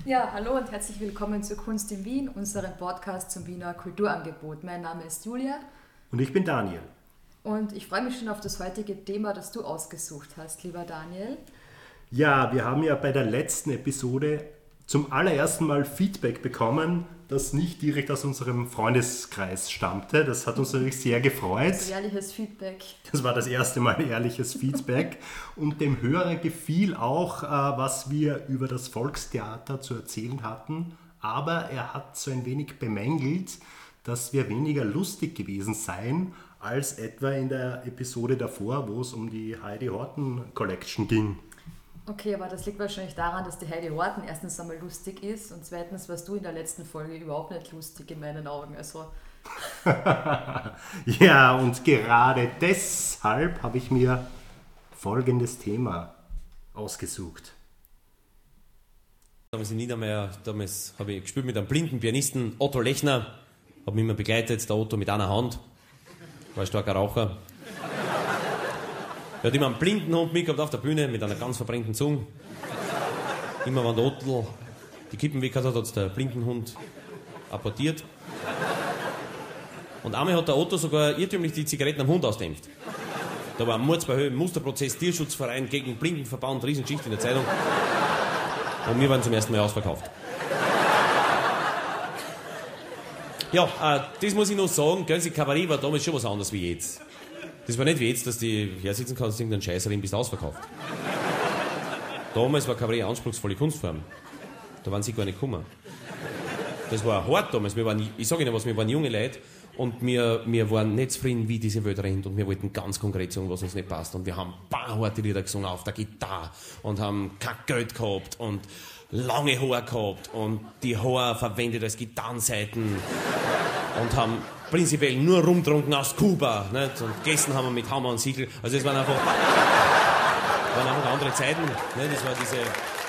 Ja, hallo und herzlich willkommen zu Kunst in Wien, unserem Podcast zum Wiener Kulturangebot. Mein Name ist Julia. Und ich bin Daniel. Und ich freue mich schon auf das heutige Thema, das du ausgesucht hast, lieber Daniel. Ja, wir haben ja bei der letzten Episode zum allerersten Mal Feedback bekommen, das nicht direkt aus unserem Freundeskreis stammte. Das hat uns natürlich sehr gefreut. Also ehrliches Feedback. Das war das erste Mal ehrliches Feedback. Und dem Hörer gefiel auch, was wir über das Volkstheater zu erzählen hatten. Aber er hat so ein wenig bemängelt, dass wir weniger lustig gewesen seien als etwa in der Episode davor, wo es um die Heidi Horten Collection ging. Okay, aber das liegt wahrscheinlich daran, dass die Heidi Horten erstens einmal lustig ist und zweitens warst du in der letzten Folge überhaupt nicht lustig in meinen Augen. Also Ja, und gerade deshalb habe ich mir folgendes Thema ausgesucht. Damals in Niedermeyer, habe ich gespielt mit einem blinden Pianisten, Otto Lechner, habe mich immer begleitet, der Otto mit einer Hand, war ein starker Raucher. Er hat immer einen blinden Hund mitgehabt auf der Bühne mit einer ganz verbrennten Zunge. Immer wenn der Otto die Kippen weg hat es der Blindenhund apportiert. Und einmal hat der Otto sogar irrtümlich die Zigaretten am Hund ausdämpft. Da war ein Mordsbeihöhe, Musterprozess, Tierschutzverein gegen Blindenverband, Riesengeschichte in der Zeitung. Und wir waren zum ersten Mal ausverkauft. Ja, das muss ich noch sagen, das Kabarett war damals schon was anderes wie jetzt. Das war nicht wie jetzt, dass du hersitzen kannst, irgendeinen Scheiß rein, bist ausverkauft. Damals war Kabarett eine anspruchsvolle Kunstform. Da waren sie gar nicht gekommen. Das war hart damals. Ich sage Ihnen was, wir waren junge Leute und wir waren nicht zufrieden, wie diese Welt rennt und wir wollten ganz konkret sagen, was uns nicht passt. Und wir haben harte Lieder gesungen auf der Gitarre und haben kein Geld gehabt und lange Haare gehabt und die Haare verwendet als Gitarrenseiten und haben prinzipiell nur rumtrunken aus Kuba, nicht? Und gegessen haben wir mit Hammer und Siegel. Also es waren einfach andere Zeiten. Nicht? Das war diese...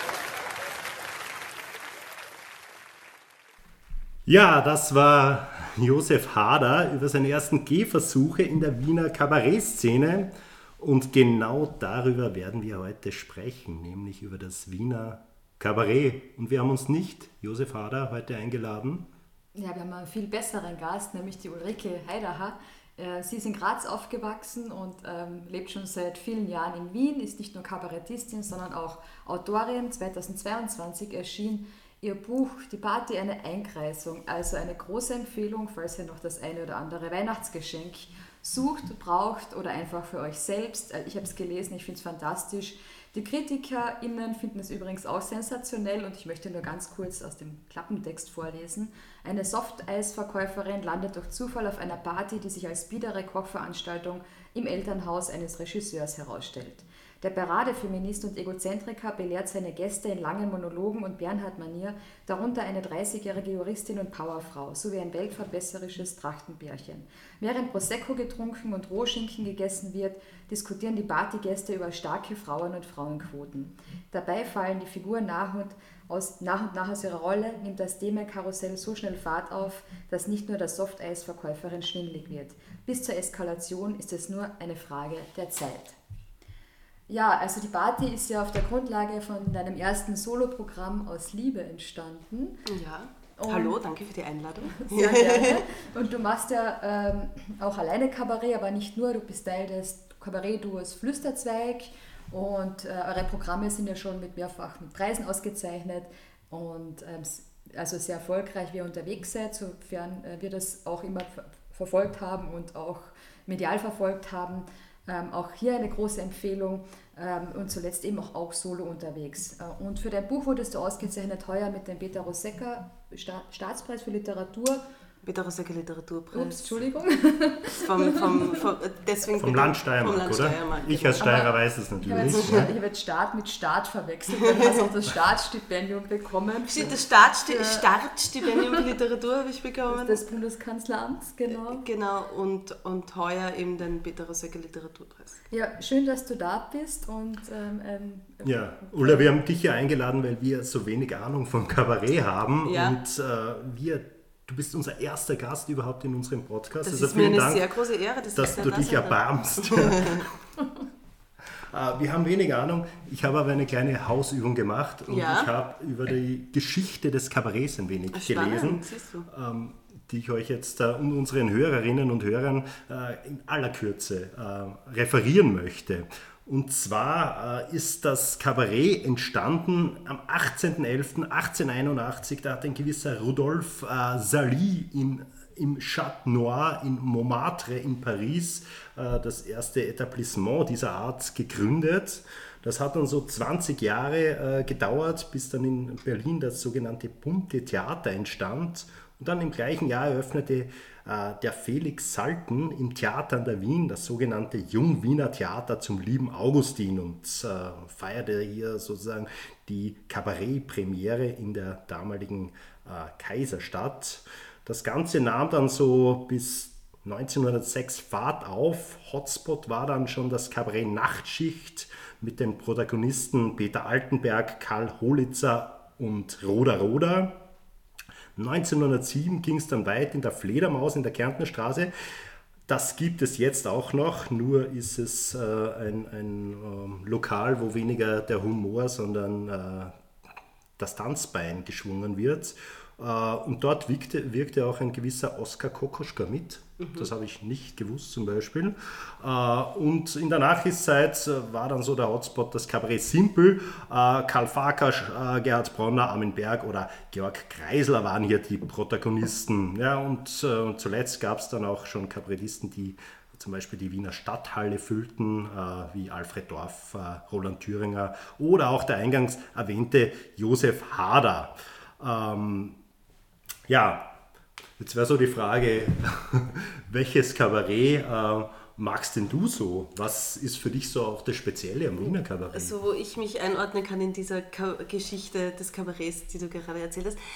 Ja, das war Josef Hader über seine ersten Gehversuche in der Wiener Kabarettszene. Und genau darüber werden wir heute sprechen, nämlich über das Wiener Kabarett. Und wir haben uns nicht Josef Hader heute eingeladen. Ja, wir haben einen viel besseren Gast, nämlich die Ulrike Heidacher. Sie ist in Graz aufgewachsen und lebt schon seit vielen Jahren in Wien, ist nicht nur Kabarettistin, sondern auch Autorin. 2022 erschien ihr Buch Die Party, eine Einkreisung, also eine große Empfehlung, falls ihr noch das eine oder andere Weihnachtsgeschenk sucht, braucht oder einfach für euch selbst. Ich habe es gelesen, ich finde es fantastisch. Die KritikerInnen finden es übrigens auch sensationell und ich möchte nur ganz kurz aus dem Klappentext vorlesen. Eine Softeisverkäuferin landet durch Zufall auf einer Party, die sich als biedere Kochveranstaltung im Elternhaus eines Regisseurs herausstellt. Der Paradefeminist und Egozentriker belehrt seine Gäste in langen Monologen und Bernhard-Manier, darunter eine 30-jährige Juristin und Powerfrau, sowie ein weltverbesserisches Trachtenbärchen. Während Prosecco getrunken und Rohschinken gegessen wird, diskutieren die Partygäste über starke Frauen- und Frauenquoten. Dabei fallen die Figuren nach und nach aus ihrer Rolle, nimmt das Themenkarussell so schnell Fahrt auf, dass nicht nur der Softeisverkäuferin schwindelig wird. Bis zur Eskalation ist es nur eine Frage der Zeit. Ja, also die Party ist ja auf der Grundlage von deinem ersten Soloprogramm Aus Liebe entstanden. Ja, hallo, danke für die Einladung. Sehr gerne. Und du machst ja auch alleine Kabarett, aber nicht nur, du bist Teil des Kabarettduos Flüsterzweig und eure Programme sind ja schon mit mehrfachen Preisen ausgezeichnet und also sehr erfolgreich, wie ihr unterwegs seid, sofern wir das auch immer verfolgt haben und auch medial verfolgt haben. Auch hier eine große Empfehlung und zuletzt eben auch solo unterwegs. Und für dein Buch wurdest du ausgezeichnet heuer mit dem Peter Rosegger Staatspreis für Literatur. Peter Rosegger Literaturpreis. Ups, Entschuldigung. Vom Land Steiermark, oder? Ich als Steirer weiß es natürlich. Ich habe jetzt Staat mit Staat verwechselt, weil du hast auch das Staatsstipendium bekommen. Das Startstipendium für Literatur habe ich bekommen. Des Bundeskanzleramts, genau. Genau, und heuer eben den Peter Rosegger Literaturpreis. Ja, schön, dass du da bist. Und, ja, Ulla, wir haben dich ja eingeladen, weil wir so wenig Ahnung vom Kabarett haben. Ja. Und du bist unser erster Gast überhaupt in unserem Podcast. Das ist mir eine sehr große Ehre, dass du dich erbarmst. Wir haben wenig Ahnung. Ich habe aber eine kleine Hausübung gemacht und Ja. ich habe über die Geschichte des Kabarets ein wenig gelesen, Siehst du. die ich euch jetzt und unseren Hörerinnen und Hörern in aller Kürze referieren möchte. Und zwar ist das Kabarett entstanden am 18.11.1881. Da hat ein gewisser Rudolf Sally im Chat Noir in Montmartre in Paris das erste Etablissement dieser Art gegründet. Das hat dann so 20 Jahre gedauert, bis dann in Berlin das sogenannte Bunte Theater entstand. Und dann im gleichen Jahr eröffnete der Felix Salten im Theater an der Wien das sogenannte Jung-Wiener Theater zum lieben Augustin und feierte hier sozusagen die Kabarettpremiere in der damaligen Kaiserstadt. Das Ganze nahm dann so bis 1906 Fahrt auf. Hotspot war dann schon das Kabarett Nachtschicht mit den Protagonisten Peter Altenberg, Karl Holitzer und Roda Roda. 1907 ging es dann weit in der Fledermaus in der Kärntner Straße. Das gibt es jetzt auch noch, nur ist es ein Lokal, wo weniger der Humor, sondern das Tanzbein geschwungen wird. Und dort wirkte auch ein gewisser Oskar Kokoschka mit. Das habe ich nicht gewusst zum Beispiel. Und in der Nachkriegszeit war dann so der Hotspot das Kabarett Simpel. Karl Farkas, Gerhard Bronner, Armin Berg oder Georg Kreisler waren hier die Protagonisten. Ja, und zuletzt gab es dann auch schon Kabarettisten, die zum Beispiel die Wiener Stadthalle füllten, wie Alfred Dorf, Roland Thüringer oder auch der eingangs erwähnte Josef Hader. Ja, jetzt wäre so die Frage, welches Kabarett magst denn du so? Was ist für dich so auch das Spezielle am Wiener Kabarett? Also wo ich mich einordnen kann in dieser Geschichte des Kabaretts, die du gerade erzählt hast.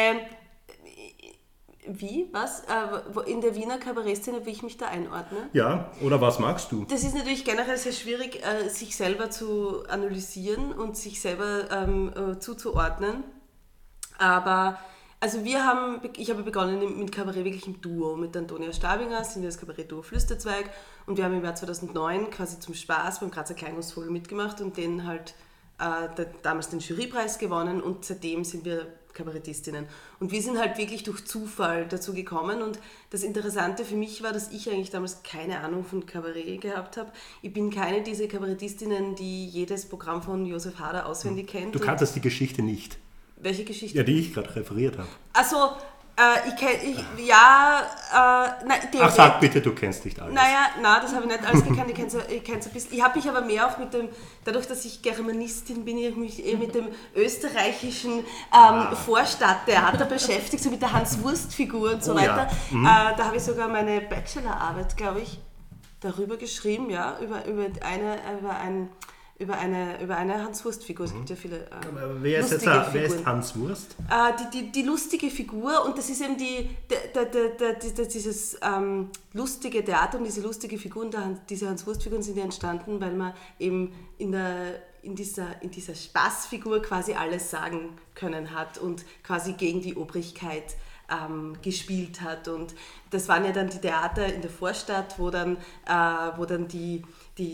Wie? Was? In der Wiener Kabarettszene, wie ich mich da einordne? Ja, oder was magst du? Das ist natürlich generell sehr schwierig, sich selber zu analysieren und sich selber zuzuordnen. Aber also ich habe begonnen mit Kabarett wirklich im Duo. Mit Antonia Stabinger sind wir das Kabarett-Duo Flüsterzweig und wir haben im Jahr 2009 quasi zum Spaß beim Grazer Kleinkunstvogel mitgemacht und den halt damals den Jurypreis gewonnen und seitdem sind wir Kabarettistinnen. Und wir sind halt wirklich durch Zufall dazu gekommen und das Interessante für mich war, dass ich eigentlich damals keine Ahnung von Kabarett gehabt habe. Ich bin keine dieser Kabarettistinnen, die jedes Programm von Josef Hader auswendig kennt. Du kanntest die Geschichte nicht. Welche Geschichte? Ja, die ich gerade referiert habe. Also, Ach, sag bitte, du kennst nicht alles. Das habe ich nicht alles gekannt. Ich kenne es ein bisschen. Ich habe mich aber mehr auch dadurch, dass ich Germanistin bin, ich mich mit dem österreichischen Vorstadttheater beschäftigt, so mit der Hans-Wurst-Figur und so weiter. Ja. Da habe ich sogar meine Bachelorarbeit, glaube ich, darüber geschrieben, ja, über eine Hans-Wurst-Figur. Es gibt ja viele wer ist Hans Wurst? Die lustige Figur und das ist eben dieses lustige Theater und diese lustige Figur und diese Hans-Wurst-Figuren sind ja entstanden, weil man eben in dieser Spaßfigur quasi alles sagen können hat und quasi gegen die Obrigkeit gespielt hat. Und das waren ja dann die Theater in der Vorstadt, wo dann die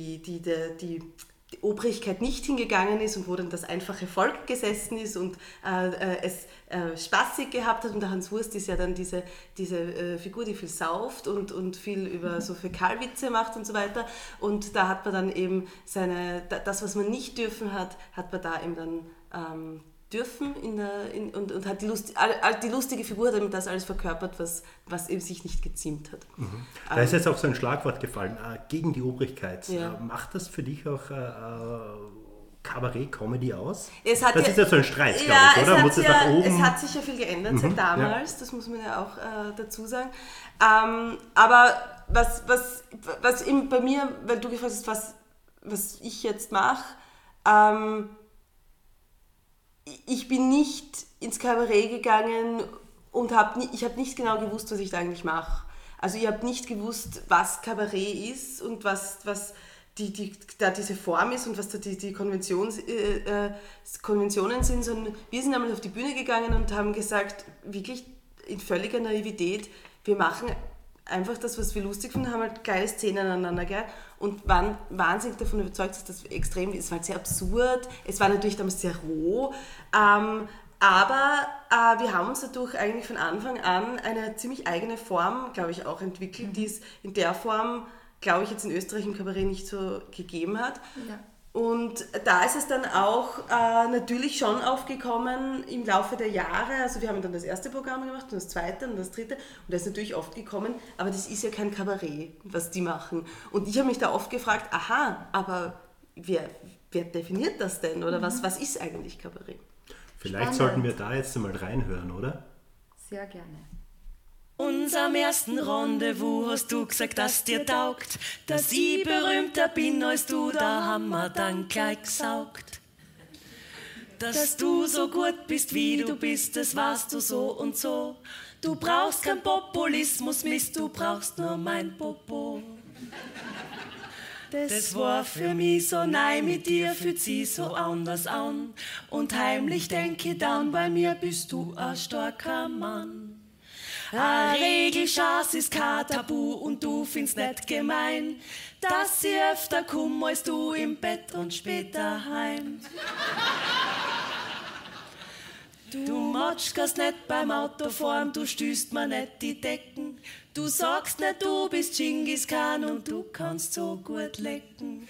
Obrigkeit nicht hingegangen ist und wo dann das einfache Volk gesessen ist und es spaßig gehabt hat. Und der Hans Wurst ist ja dann diese Figur, die viel sauft und viel über so Fäkalwitze macht und so weiter. Und da hat man dann eben das, was man nicht dürfen hat man da eben dann dürfen und hat die lustige Figur damit das alles verkörpert, was eben sich nicht geziemt hat. Da ist jetzt auch so ein Schlagwort gefallen, gegen die Obrigkeit. Ja. Macht das für dich auch Kabarett-Comedy aus? Das ist ja so ein Streit, glaube ich, oder? Es hat sich ja viel geändert seit damals, das muss man ja auch dazu sagen. Aber was eben bei mir, weil du gefragt hast, was ich jetzt mache, ich bin nicht ins Kabarett gegangen und ich habe nicht genau gewusst, was ich da eigentlich mache. Also ich habe nicht gewusst, was Kabarett ist und was da diese Form ist und was da die Konventionen sind, sondern wir sind einmal auf die Bühne gegangen und haben gesagt, wirklich in völliger Naivität, wir machen einfach das, was wir lustig finden, haben halt geile Szenen aneinander, gell? Und waren wahnsinnig davon überzeugt, dass das extrem, es war halt sehr absurd, es war natürlich damals sehr roh, aber wir haben uns dadurch eigentlich von Anfang an eine ziemlich eigene Form, glaube ich, auch entwickelt, die es in der Form, glaube ich, jetzt in Österreich im Kabarett nicht so gegeben hat. Ja. Und da ist es dann auch natürlich schon aufgekommen im Laufe der Jahre. Also wir haben dann das erste Programm gemacht und das zweite und das dritte. Und das ist natürlich oft gekommen, aber das ist ja kein Kabarett, was die machen. Und ich habe mich da oft gefragt, aha, aber wer definiert das denn? Oder was ist eigentlich Kabarett? Vielleicht sollten wir da jetzt einmal reinhören, oder? Sehr gerne. Unserem ersten Rendezvous hast du gesagt, dass dir taugt, dass ich berühmter bin als du, da haben wir dann gleich gesaugt. Dass du so gut bist, wie du bist, das warst du so und so. Du brauchst kein Populismus, Mist, du brauchst nur mein Popo. Das war für mich so neu, mit dir fühlt sich so anders an. Und heimlich denke dann, bei mir bist du ein starker Mann. Ein Regelschatz ist kein Tabu und du findest nicht gemein, dass ich öfter komm als du im Bett und später heim. Du motschkast nicht beim Autofahren, du stößt mir nicht die Decken. Du sagst nicht, du bist Genghis Khan und du kannst so gut lecken.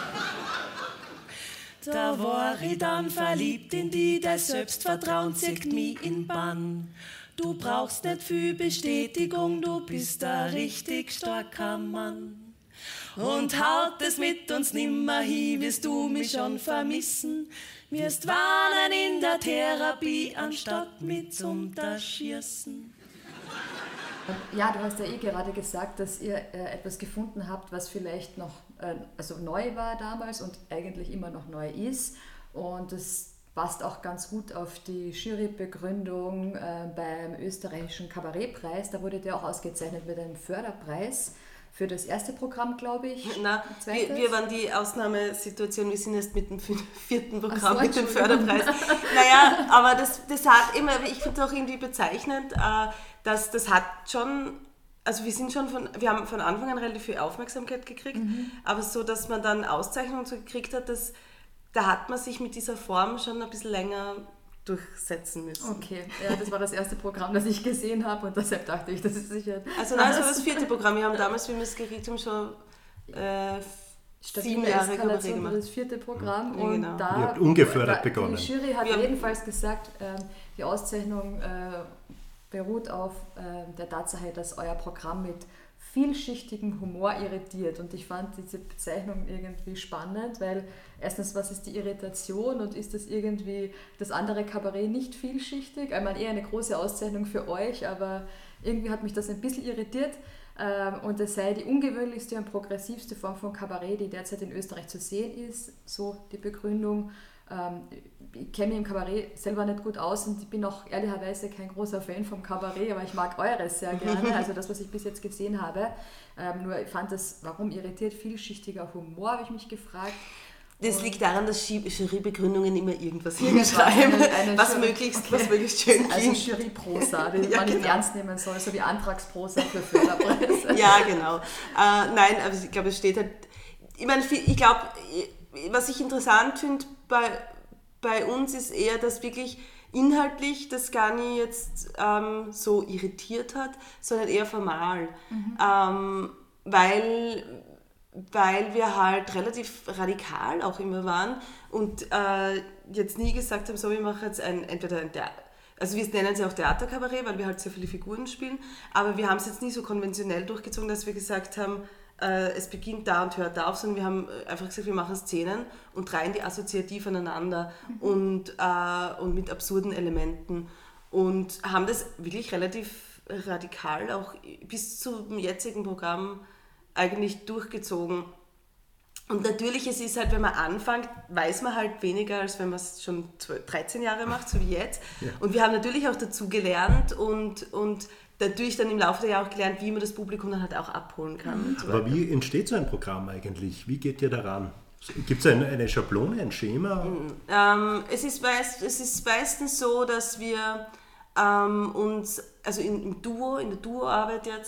Da war ich dann verliebt in die, dein Selbstvertrauen zieht mich in Bann. Du brauchst nicht viel Bestätigung, du bist ein richtig starker Mann. Und haut es mit uns nimmer hin, wirst du mich schon vermissen. Wirst warnen in der Therapie, anstatt mit zum Schießen. Ja, du hast ja gerade gesagt, dass ihr etwas gefunden habt, was vielleicht noch neu war damals und eigentlich immer noch neu ist. Und das passt auch ganz gut auf die Jurybegründung beim österreichischen Kabarettpreis. Da wurde der auch ausgezeichnet mit einem Förderpreis für das erste Programm, glaube ich. Nein, wir waren die Ausnahmesituation, wir sind erst mit dem vierten Programm mit dem Förderpreis. Naja, aber das hat immer, ich finde es auch irgendwie bezeichnend, dass das hat schon, also wir haben von Anfang an relativ viel Aufmerksamkeit gekriegt, aber so, dass man dann Auszeichnungen so gekriegt hat, da hat man sich mit dieser Form schon ein bisschen länger durchsetzen müssen. Okay, ja, das war das erste Programm, das ich gesehen habe und deshalb dachte ich, das ist sicher... Also nein, das war das vierte Programm. Wir haben damals, wie wir es gekriegt haben, schon 7 Jahre Kabarett gemacht. Das vierte Programm. Ja, und genau. da, ihr habt ungefördert begonnen. Die Jury hat jedenfalls gesagt, die Auszeichnung beruht auf der Tatsache, dass euer Programm mit vielschichtigem Humor irritiert. Und ich fand diese Bezeichnung irgendwie spannend, weil erstens, was ist die Irritation und ist das irgendwie das andere Kabarett nicht vielschichtig? Ich meine, eher eine große Auszeichnung für euch, aber irgendwie hat mich das ein bisschen irritiert. Und es sei die ungewöhnlichste und progressivste Form von Kabarett, die derzeit in Österreich zu sehen ist, so die Begründung. Ich kenne mich im Kabarett selber nicht gut aus und ich bin auch ehrlicherweise kein großer Fan vom Kabarett, aber ich mag eures sehr gerne, also das, was ich bis jetzt gesehen habe. Nur ich fand das, warum irritiert vielschichtiger Humor, habe ich mich gefragt. Das liegt daran, dass Jurybegründungen immer irgendwas hinschreiben, was möglichst schön klingt. Also Juryprosa, die man nicht ernst nehmen soll, so wie Antragsprosa für Förderpreise. Ja, genau. Nein, aber ich glaube, es steht halt... Ich glaube, was ich interessant finde bei uns ist eher, dass wirklich inhaltlich das gar nicht jetzt so irritiert hat, sondern eher formal. Weil wir halt relativ radikal auch immer waren und jetzt nie gesagt haben, so, wir machen jetzt also wir nennen es ja auch Theaterkabarett, weil wir halt sehr viele Figuren spielen, aber wir haben es jetzt nie so konventionell durchgezogen, dass wir gesagt haben, es beginnt da und hört da auf, sondern wir haben einfach gesagt, wir machen Szenen und reihen die assoziativ aneinander und mit absurden Elementen und haben das wirklich relativ radikal auch bis zum jetzigen Programm eigentlich durchgezogen. Und natürlich, es ist halt, wenn man anfängt, weiß man halt weniger, als wenn man es schon 13 Jahre macht, so wie jetzt. Ja. Und wir haben natürlich auch dazu gelernt und natürlich dann im Laufe der Jahre auch gelernt, wie man das Publikum dann halt auch abholen kann. Und so aber wie entsteht so ein Programm eigentlich? Wie geht ihr daran? Gibt es eine Schablone, ein Schema? Es ist meistens so, dass wir uns, also in der Duoarbeit jetzt,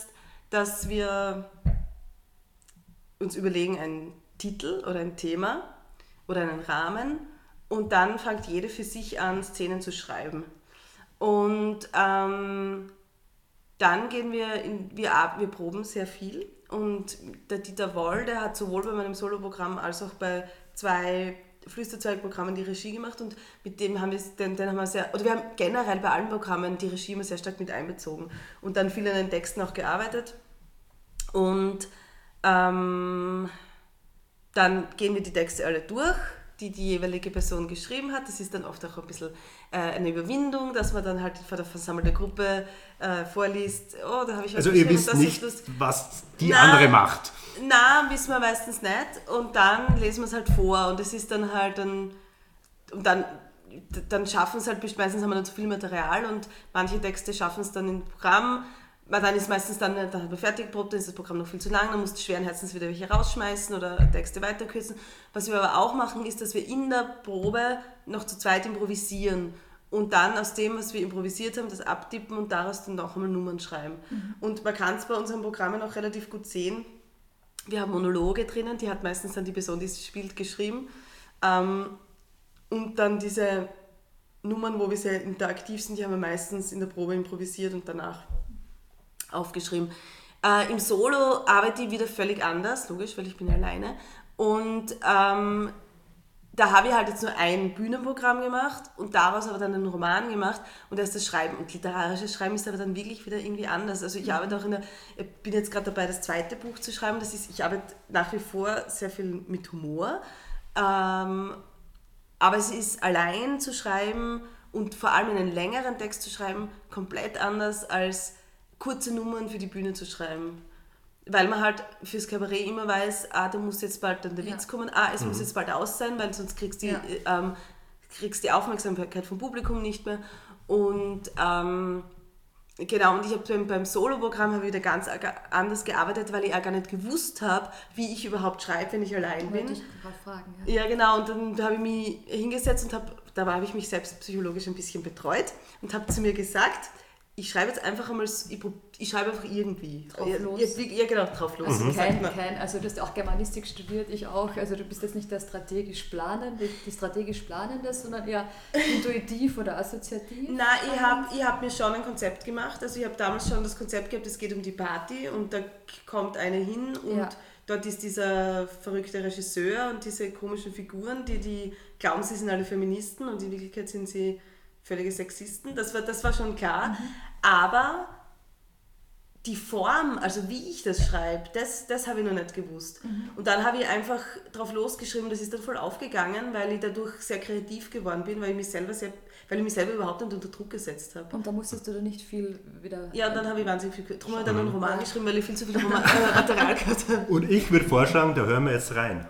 dass wir uns überlegen einen Titel oder ein Thema oder einen Rahmen und dann fängt jede für sich an, Szenen zu schreiben. Und dann gehen wir proben sehr viel und der Dieter Woll, der hat sowohl bei meinem Soloprogramm als auch bei 2 Flüsterzweig-Programmen die Regie gemacht und mit dem haben wir wir haben generell bei allen Programmen die Regie immer sehr stark mit einbezogen und dann viel an den Texten auch gearbeitet und dann gehen wir die Texte alle durch, die jeweilige Person geschrieben hat. Das ist dann oft auch ein bisschen eine Überwindung, dass man dann halt vor der versammelten Gruppe vorliest, oh, da habe ich was Also ihr wisst nicht, was die andere macht. Nein, wissen wir meistens nicht. Und dann lesen wir es halt vor und es ist dann halt dann schaffen es halt, meistens haben wir dann zu viel Material und manche Texte schaffen es dann im Programm. Dann ist meistens dann hat man fertig geprobt, dann ist das Programm noch viel zu lang, dann musst du schweren Herzens wieder welche rausschmeißen oder Texte weiterkürzen. Was wir aber auch machen, ist, dass wir in der Probe noch zu zweit improvisieren und dann aus dem, was wir improvisiert haben, das abtippen und daraus dann noch einmal Nummern schreiben. Und man kann es bei unseren Programmen auch relativ gut sehen. Wir haben Monologe drinnen, die hat meistens dann die Person, die es spielt, geschrieben. Und dann diese Nummern, wo wir sehr interaktiv sind, die haben wir meistens in der Probe improvisiert und danach aufgeschrieben. Im Solo arbeite ich wieder völlig anders, logisch, weil ich bin alleine. Und da habe ich halt jetzt nur ein Bühnenprogramm gemacht und daraus aber dann einen Roman gemacht und erst das Schreiben. Und literarisches Schreiben ist aber dann wirklich wieder irgendwie anders. Also ich arbeite auch ich bin jetzt gerade dabei, das 2. Buch zu schreiben. Ich arbeite nach wie vor sehr viel mit Humor. Aber es ist allein zu schreiben und vor allem einen längeren Text zu schreiben komplett anders als kurze Nummern für die Bühne zu schreiben. Weil man halt fürs Kabarett immer weiß, da muss jetzt bald dann der Witz kommen, es muss jetzt bald aus sein, weil sonst kriegst du die Aufmerksamkeit vom Publikum nicht mehr. Und genau, und ich habe beim Solo-Programm wieder ganz anders gearbeitet, weil ich auch gar nicht gewusst habe, wie ich überhaupt schreibe, wenn ich allein bin. Wollte ich gerade fragen. Ja, genau, und dann habe ich mich hingesetzt und da habe ich mich selbst psychologisch ein bisschen betreut und habe zu mir gesagt, ich schreibe jetzt einfach einmal, ich schreibe einfach irgendwie. Drauf los. Ja, genau, drauf los. Also also du hast auch Germanistik studiert, ich auch. Also du bist jetzt nicht die strategisch Planende, sondern eher intuitiv oder assoziativ. Nein, ich hab mir schon ein Konzept gemacht. Also ich habe damals schon das Konzept gehabt, es geht um die Party und da kommt eine hin und dort ist dieser verrückte Regisseur und diese komischen Figuren, die glauben, sie sind alle Feministen und in Wirklichkeit sind sie völlige Sexisten. Das war schon klar. Aber die Form, also wie ich das schreibe, das habe ich noch nicht gewusst. Und dann habe ich einfach drauf losgeschrieben, das ist dann voll aufgegangen, weil ich dadurch sehr kreativ geworden bin, weil ich mich selber überhaupt nicht unter Druck gesetzt habe. Und da musstest du dann nicht viel wieder... Ja, dann habe ich wahnsinnig viel... Darum habe ich dann einen Roman geschrieben, weil ich viel zu viel Material gehabt habe. Und ich würde vorschlagen, da hören wir jetzt rein.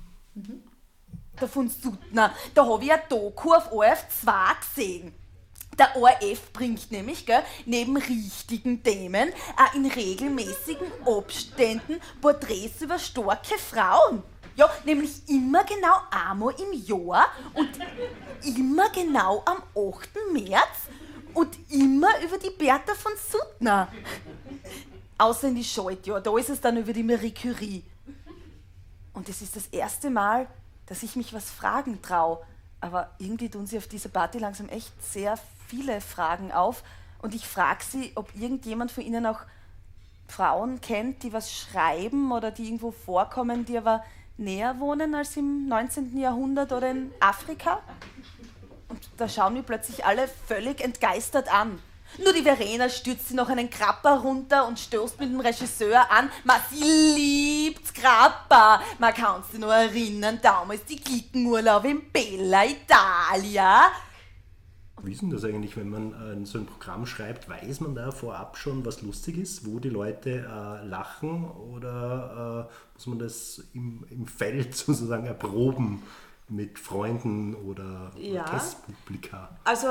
Von Suttner, da habe ich eine Doku auf ORF2 gesehen. Der ORF bringt nämlich neben richtigen Themen auch in regelmäßigen Abständen Porträts über starke Frauen. Ja, nämlich immer genau einmal im Jahr und immer genau am 8. März und immer über die Bertha von Suttner. Außer in die Schaltjahr, da ist es dann über die Marie Curie. Und es ist das erste Mal, dass ich mich was fragen traue. Aber irgendwie tun sie auf dieser Party langsam echt sehr viele Fragen auf. Und ich frage sie, ob irgendjemand von ihnen auch Frauen kennt, die was schreiben oder die irgendwo vorkommen, die aber näher wohnen als im 19. Jahrhundert oder in Afrika. Und da schauen wir plötzlich alle völlig entgeistert an. Nur die Verena stürzt sie noch einen Krapper runter und stößt mit dem Regisseur an. Sie liebt Krapper. Man kann sich noch erinnern, damals die Klickenurlaub in Bella Italia. Wie ist denn das eigentlich, wenn man so ein Programm schreibt? Weiß man da vorab schon, was lustig ist, wo die Leute lachen oder muss man das im Feld sozusagen erproben mit Freunden oder Testpublika? Also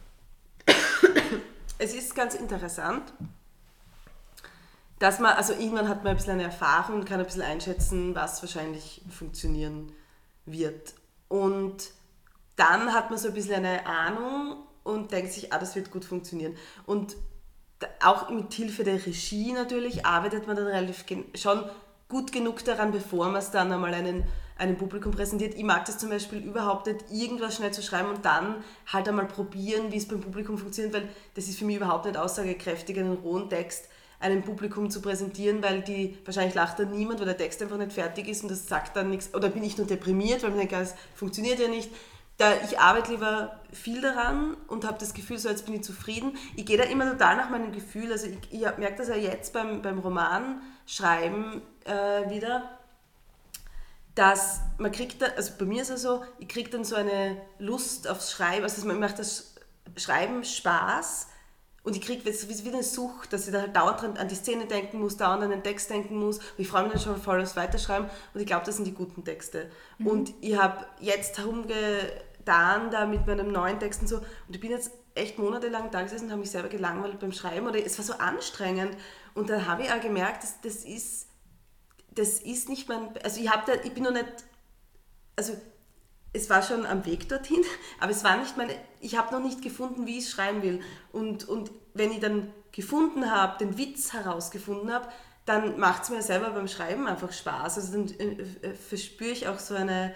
es ist ganz interessant, dass man, also irgendwann hat man ein bisschen eine Erfahrung und kann ein bisschen einschätzen, was wahrscheinlich funktionieren wird. Und dann hat man so ein bisschen eine Ahnung und denkt sich, das wird gut funktionieren. Und auch mit Hilfe der Regie natürlich arbeitet man dann relativ schon gut genug daran, bevor man es dann einmal einem Publikum präsentiert. Ich mag das zum Beispiel überhaupt nicht, irgendwas schnell zu schreiben und dann halt einmal probieren, wie es beim Publikum funktioniert, weil das ist für mich überhaupt nicht aussagekräftig, einen rohen Text einem Publikum zu präsentieren, weil wahrscheinlich lacht dann niemand, weil der Text einfach nicht fertig ist und das sagt dann nichts, oder bin ich nur deprimiert, weil ich denke, es funktioniert ja nicht. Ich arbeite lieber viel daran und habe das Gefühl, so jetzt bin ich zufrieden. Ich gehe da immer total nach meinem Gefühl, also ich merke das ja jetzt beim Romanschreiben wieder, dass man kriegt da, also bei mir ist es so, ich kriege dann so eine Lust aufs Schreiben, also mir macht das Schreiben Spaß und ich kriege wie eine Sucht, dass ich da halt dauernd an die Szene denken muss, dauernd an den Text denken muss und ich freue mich dann schon voll aufs Weiterschreiben und ich glaube, das sind die guten Texte. Und ich habe jetzt herumgetan da mit meinem neuen Text und so und ich bin jetzt echt monatelang da gesessen und habe mich selber gelangweilt beim Schreiben oder es war so anstrengend und dann habe ich auch gemerkt, dass das ist nicht mein, also ich bin noch nicht, also es war schon am Weg dorthin, aber es war nicht ich habe noch nicht gefunden, wie ich es schreiben will und wenn ich dann gefunden habe, den Witz herausgefunden habe, dann macht es mir selber beim Schreiben einfach Spaß, also dann verspüre ich auch so eine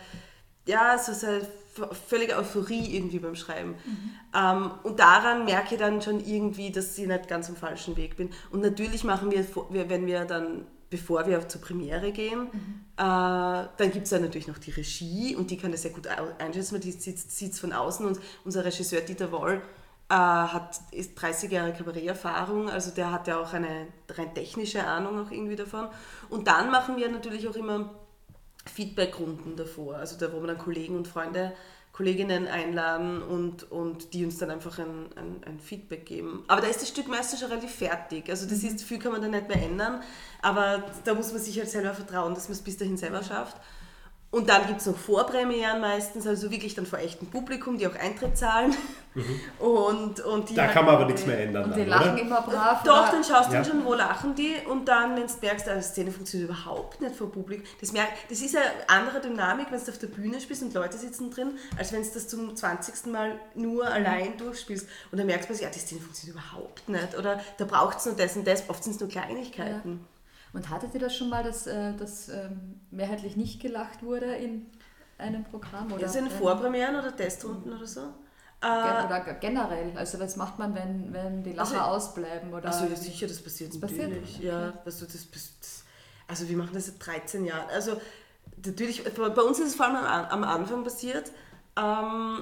völlige Euphorie irgendwie beim Schreiben. Und daran merke ich dann schon irgendwie, dass ich nicht ganz am falschen Weg bin. Und natürlich machen wir, wenn wir dann, bevor wir zur Premiere gehen, dann gibt es dann natürlich noch die Regie und die kann das sehr gut einschätzen, weil die sieht es von außen und unser Regisseur Dieter Woll ist 30 Jahre Kabarett-Erfahrung, also der hat ja auch eine rein technische Ahnung auch irgendwie davon. Und dann machen wir natürlich auch immer Feedback-Runden davor, also da, wo wir dann Kollegen und Kolleginnen einladen und die uns dann einfach ein Feedback geben. Aber da ist das Stück meistens schon relativ fertig, also das ist, viel kann man da nicht mehr ändern, aber da muss man sich halt selber vertrauen, dass man es bis dahin selber schafft. Und dann gibt es noch Vorpremieren meistens, also wirklich dann vor echtem Publikum, die auch Eintritt zahlen. Und die da halt kann man aber nichts mehr ändern. Und die dann, lachen oder? immer brav. Doch, dann schaust du dann schon, wo lachen die und dann, wenn du merkst, die Szene funktioniert überhaupt nicht vor Publikum. Das ist eine andere Dynamik, wenn du auf der Bühne spielst und Leute sitzen drin, als wenn du das zum 20. Mal nur allein durchspielst. Und dann merkst du, ja, die Szene funktioniert überhaupt nicht oder da braucht es nur das und das, oft sind es nur Kleinigkeiten. Ja. Und hattet ihr das schon mal, dass mehrheitlich nicht gelacht wurde in einem Programm? Oder in Vorpremieren oder Testrunden oder so? Oder generell, also was macht man, wenn die Lacher ausbleiben? Oder also ja, sicher, das passiert natürlich. Okay. Ja, also wir machen das seit 13 Jahren. Also natürlich, bei uns ist es vor allem am Anfang passiert, da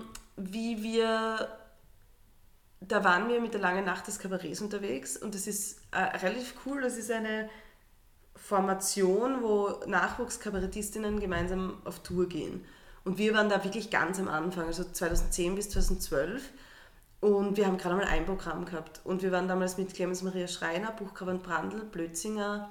waren wir mit der Langen Nacht des Kabarets unterwegs und das ist relativ cool, das ist eine Formation, wo Nachwuchskabarettistinnen gemeinsam auf Tour gehen. Und wir waren da wirklich ganz am Anfang, also 2010 bis 2012. Und wir haben gerade einmal ein Programm gehabt. Und wir waren damals mit Clemens Maria Schreiner, Buchgräber Brandl, Blötzinger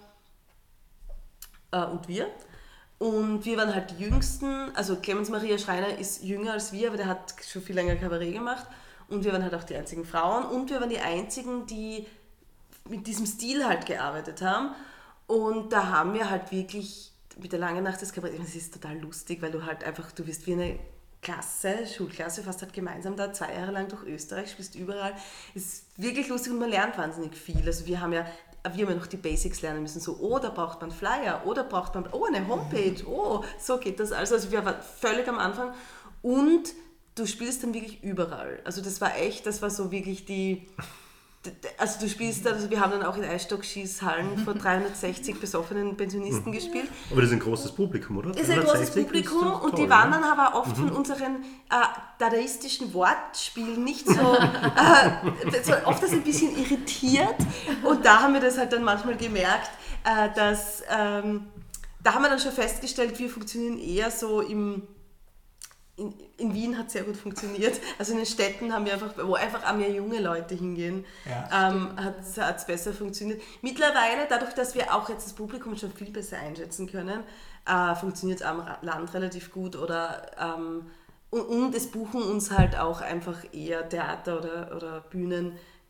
und wir. Und wir waren halt die Jüngsten. Also Clemens Maria Schreiner ist jünger als wir, aber der hat schon viel länger Kabarett gemacht. Und wir waren halt auch die einzigen Frauen. Und wir waren die einzigen, die mit diesem Stil halt gearbeitet haben. Und da haben wir halt wirklich mit der Langen Nacht des Kabarett, das ist total lustig, weil du halt einfach, du wirst wie eine Schulklasse, fast halt gemeinsam da 2 Jahre lang durch Österreich, spielst überall. Es ist wirklich lustig und man lernt wahnsinnig viel. Also wir haben ja noch die Basics lernen müssen, so, da braucht man Flyer, da braucht man, eine Homepage, so geht das alles. Also wir waren völlig am Anfang und du spielst dann wirklich überall. Also das war so wirklich also du spielst, also wir haben dann auch in Eisstockschießhallen vor 360 besoffenen Pensionisten gespielt. Aber das ist ein großes Publikum, oder? Das ist ein großes Publikum und toll, die waren dann aber oft von unseren dadaistischen Wortspielen nicht so, oft das ein bisschen irritiert und da haben wir das halt dann manchmal gemerkt, dass, da haben wir dann schon festgestellt, wir funktionieren eher so in Wien hat es sehr gut funktioniert. Also in den Städten haben wir wo einfach mehr junge Leute hingehen, hat es besser funktioniert. Mittlerweile, dadurch, dass wir auch jetzt das Publikum schon viel besser einschätzen können, funktioniert es am Land relativ gut und es buchen uns halt auch einfach eher Theater oder Bühnen,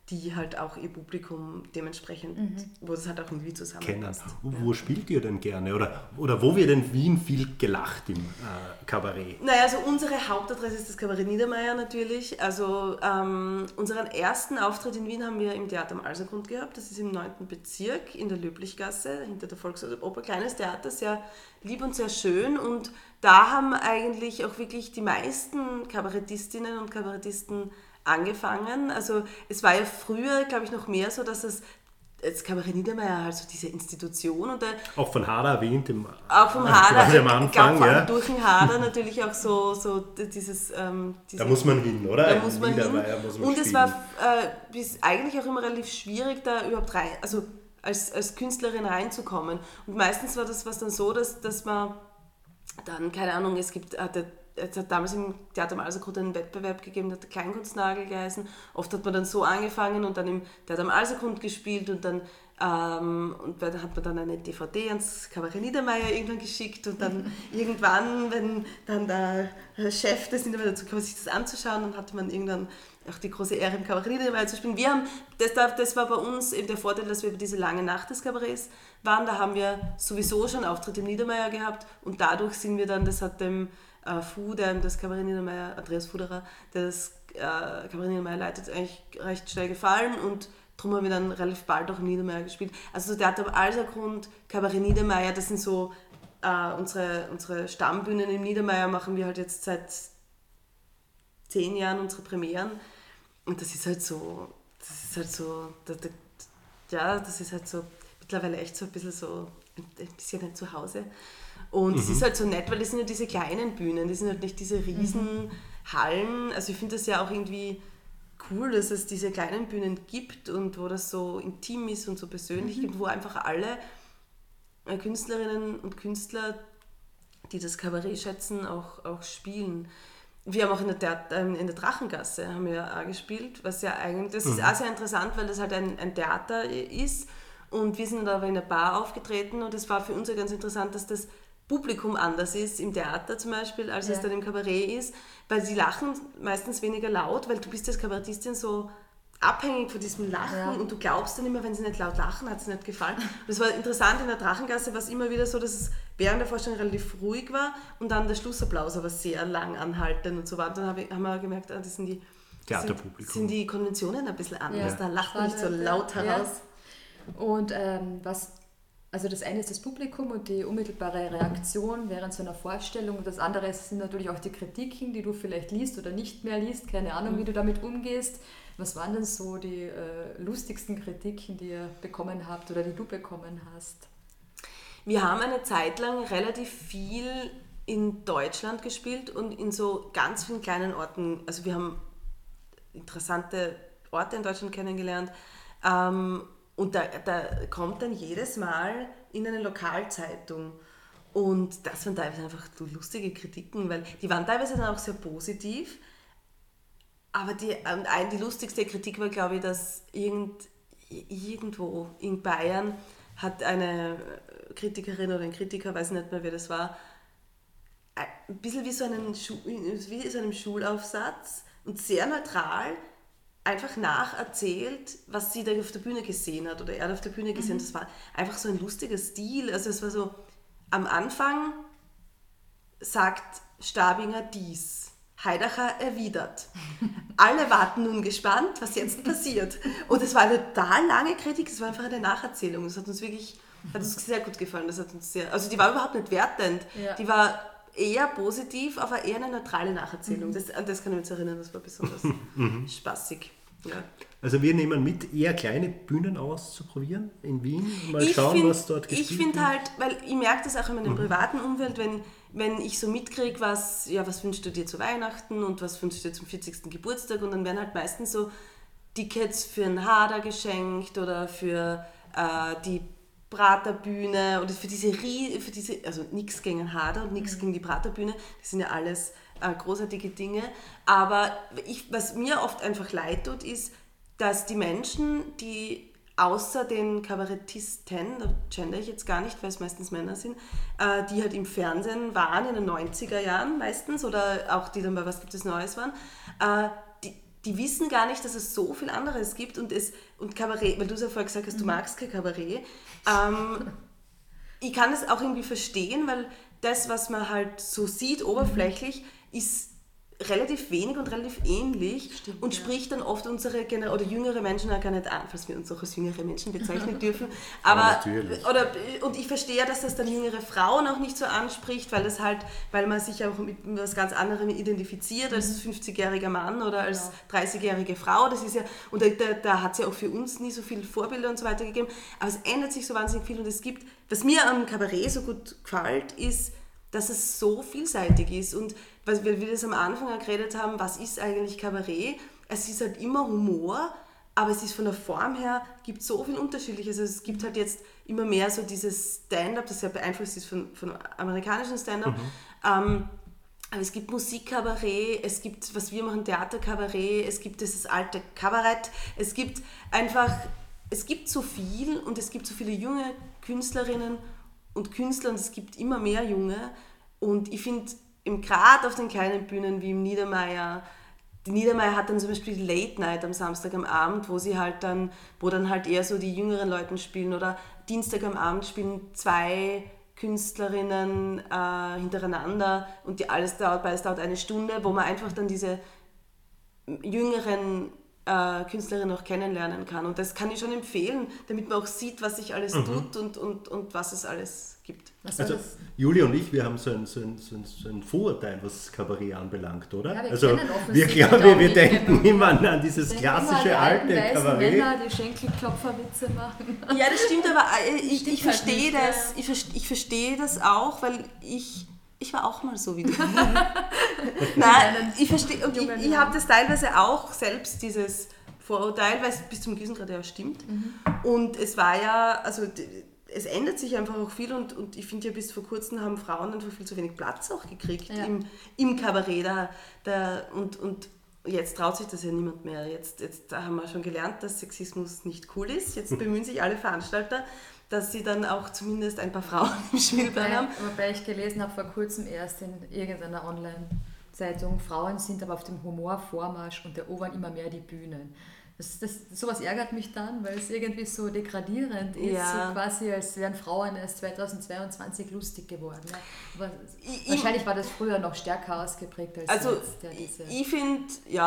die halt auch ihr Publikum dementsprechend, wo das halt auch irgendwie kennen. zusammenpasst. Wo spielt ihr denn gerne? Oder wo wird in Wien viel gelacht im Kabarett? Naja, also unsere Hauptadresse ist das Kabarett Niedermeyer natürlich. Also unseren ersten Auftritt in Wien haben wir im Theater am Alsergrund gehabt. Das ist im 9. Bezirk in der Löblichgasse, hinter der Volksoper. Kleines Theater, sehr lieb und sehr schön. Und da haben eigentlich auch wirklich die meisten Kabarettistinnen und Kabarettisten angefangen. Also es war ja früher, glaube ich, noch mehr so, dass das Kabarett Niedermeyer halt so diese Institution und auch von Hader erwähnt, auch vom Hader, quasi am Anfang, ja. Durch den Hader natürlich auch so dieses... da muss man hin, oder? Da muss man hin. Muss man und spielen. es war bis eigentlich auch immer relativ schwierig, da überhaupt rein, also als Künstlerin reinzukommen. Und meistens war das was dann so, dass man dann, keine Ahnung, es hat damals im Theater am Alsergrund einen Wettbewerb gegeben, der hat der Kleinkunstnagel geheißen. Oft hat man dann so angefangen und dann im Theater am Alsergrund gespielt und dann hat man dann eine DVD ans Kabarett Niedermeyer irgendwann geschickt und dann irgendwann, wenn dann der Chef des Niedermeyer dazu kam, sich das anzuschauen, dann hatte man irgendwann auch die große Ehre, im Kabarett Niedermeyer zu spielen. Das war bei uns eben der Vorteil, dass wir über diese lange Nacht des Kabarets waren. Da haben wir sowieso schon Auftritte im Niedermeyer gehabt und dadurch sind wir dann, das hat dem Fu, der das Kabarett Niedermeyer, Andreas Fuderer, der das Kabarett Niedermeyer leitet, eigentlich recht schnell gefallen und darum haben wir dann relativ bald auch im Niedermeyer gespielt. Also so Theater am Alsergrund, Kabarett Niedermeyer, das sind so unsere Stammbühnen im Niedermeyer, machen wir halt jetzt seit 10 Jahren unsere Premieren und das ist halt so mittlerweile echt so ein bisschen ein Zuhause. Und es ist halt so nett, weil das sind ja diese kleinen Bühnen, die sind halt nicht diese riesen Hallen. Also ich finde das ja auch irgendwie cool, dass es diese kleinen Bühnen gibt und wo das so intim ist und so persönlich gibt, wo einfach alle Künstlerinnen und Künstler, die das Kabarett schätzen, auch spielen. Wir haben auch in der Drachengasse haben wir auch gespielt, was ja eigentlich, das ist auch sehr interessant, weil das halt ein Theater ist und wir sind aber in einer Bar aufgetreten und es war für uns ja ganz interessant, dass das Publikum anders ist im Theater zum Beispiel, als es dann im Kabarett ist, weil sie lachen meistens weniger laut, weil du bist als Kabarettistin so abhängig von diesem Lachen und du glaubst dann immer, wenn sie nicht laut lachen, hat es nicht gefallen. Und das war interessant, in der Drachengasse war es immer wieder so, dass es während der Vorstellung relativ ruhig war und dann der Schlussapplaus aber sehr lang anhaltend und so war. Und dann haben wir gemerkt, das sind die Konventionen ein bisschen anders, da lacht man nicht so laut heraus. Und also das eine ist das Publikum und die unmittelbare Reaktion während so einer Vorstellung. Und das andere sind natürlich auch die Kritiken, die du vielleicht liest oder nicht mehr liest. Keine Ahnung, wie du damit umgehst. Was waren denn so die lustigsten Kritiken, die ihr bekommen habt oder die du bekommen hast? Wir haben eine Zeit lang relativ viel in Deutschland gespielt und in so ganz vielen kleinen Orten. Also wir haben interessante Orte in Deutschland kennengelernt. Und da kommt dann jedes Mal in eine Lokalzeitung. Und das waren teilweise einfach lustige Kritiken, weil die waren teilweise dann auch sehr positiv. Aber die lustigste Kritik war, glaube ich, dass irgendwo in Bayern hat eine Kritikerin oder ein Kritiker, weiß nicht mehr, wer das war, ein bisschen wie so einem Schulaufsatz und sehr neutral einfach nacherzählt, was sie da auf der Bühne gesehen hat oder er auf der Bühne gesehen hat. Das war einfach so ein lustiger Stil. Also es war so, am Anfang sagt Stabinger dies, Heidacher erwidert. Alle warten nun gespannt, was jetzt passiert. Und es war eine total lange Kritik, es war einfach eine Nacherzählung. Das hat uns sehr gut gefallen. Also die war überhaupt nicht wertend. Ja. Die war eher positiv, aber eher eine neutrale Nacherzählung. An das kann ich mich erinnern, das war besonders spaßig. Ja. Also wir nehmen mit, eher kleine Bühnen auszuprobieren in Wien. Mal schauen, was dort gespielt wird. Ich finde halt, weil ich merke das auch in meinem privaten Umfeld, wenn ich so mitkriege, was wünschst du dir zu Weihnachten und was wünschst du dir zum 40. Geburtstag und dann werden halt meistens so Tickets für einen Hader geschenkt oder für die Praterbühne oder für diese, also nichts gegen den Hader und nichts gegen die Praterbühne, das sind ja alles großartige Dinge, aber was mir oft einfach leid tut, ist, dass die Menschen, die außer den Kabarettisten, da gender ich jetzt gar nicht, weil es meistens Männer sind, die halt im Fernsehen waren in den 90er Jahren meistens oder auch die dann bei Was gibt es Neues waren, die wissen gar nicht, dass es so viel anderes gibt und Kabarett, weil du es ja vorher gesagt hast, du magst kein Kabarett. Ich kann es auch irgendwie verstehen, weil das, was man halt so sieht, oberflächlich, ist relativ wenig und relativ ähnlich. Stimmt, und spricht dann oft unsere oder jüngere Menschen auch gar nicht an, falls wir uns auch als jüngere Menschen bezeichnen dürfen. Aber und ich verstehe ja, dass das dann jüngere Frauen auch nicht so anspricht, weil man sich auch mit was ganz anderem identifiziert als 50-jähriger Mann oder als 30-jährige Frau. Das ist ja, und da hat es ja auch für uns nie so viele Vorbilder und so weiter gegeben. Aber es ändert sich so wahnsinnig viel und es gibt, was mir am Kabarett so gut gefällt, ist, dass es so vielseitig ist und weil wir das am Anfang auch geredet haben, was ist eigentlich Kabarett? Es ist halt immer Humor, aber es ist von der Form her, gibt so viel Unterschiedliches. Also es gibt halt jetzt immer mehr so dieses Stand-up, das ja beeinflusst ist von amerikanischen Stand-up. Aber es gibt Musikkabarett, es gibt, was wir machen, Theaterkabarett, es gibt dieses alte Kabarett, es gibt so viel und es gibt so viele junge Künstlerinnen und Künstler und es gibt immer mehr junge und ich finde, gerade auf den kleinen Bühnen wie im Niedermeyer, die Niedermeyer hat dann zum Beispiel Late Night am Samstag am Abend, wo dann halt eher so die jüngeren Leute spielen oder Dienstag am Abend spielen 2 Künstlerinnen hintereinander und beides dauert eine Stunde, wo man einfach dann diese jüngeren Künstlerinnen auch kennenlernen kann und das kann ich schon empfehlen, damit man auch sieht, was sich alles tut und was es alles gibt. Also Juli und ich, wir haben so ein Vorurteil, was Kabarett anbelangt, oder? Ja, wir denken immer an dieses klassische alte Kabarett. Männer, die Schenkelklopferwitze machen. Ja, das stimmt, aber ich halt verstehe nicht, das. Ich verstehe das auch, weil ich war auch mal so wie du. Nein, ich verstehe und ich habe das teilweise auch selbst, dieses Vorurteil, weil es bis zum gewissen Grad ja stimmt. Und es war ja, also es ändert sich einfach auch viel und ich finde ja, bis vor kurzem haben Frauen einfach viel zu wenig Platz auch gekriegt im Kabarett. Und jetzt traut sich das ja niemand mehr. Jetzt haben wir schon gelernt, dass Sexismus nicht cool ist. Jetzt bemühen sich alle Veranstalter, dass sie dann auch zumindest ein paar Frauen im Spielplan haben. Wobei ich gelesen habe vor kurzem erst in irgendeiner Online-Zeitung, Frauen sind aber auf dem Humorvormarsch und erobern immer mehr die Bühnen. Sowas ärgert mich dann, weil es irgendwie so degradierend ist, so quasi als wären Frauen erst 2022 lustig geworden. Ja. Aber wahrscheinlich war das früher noch stärker ausgeprägt als jetzt. Ich finde,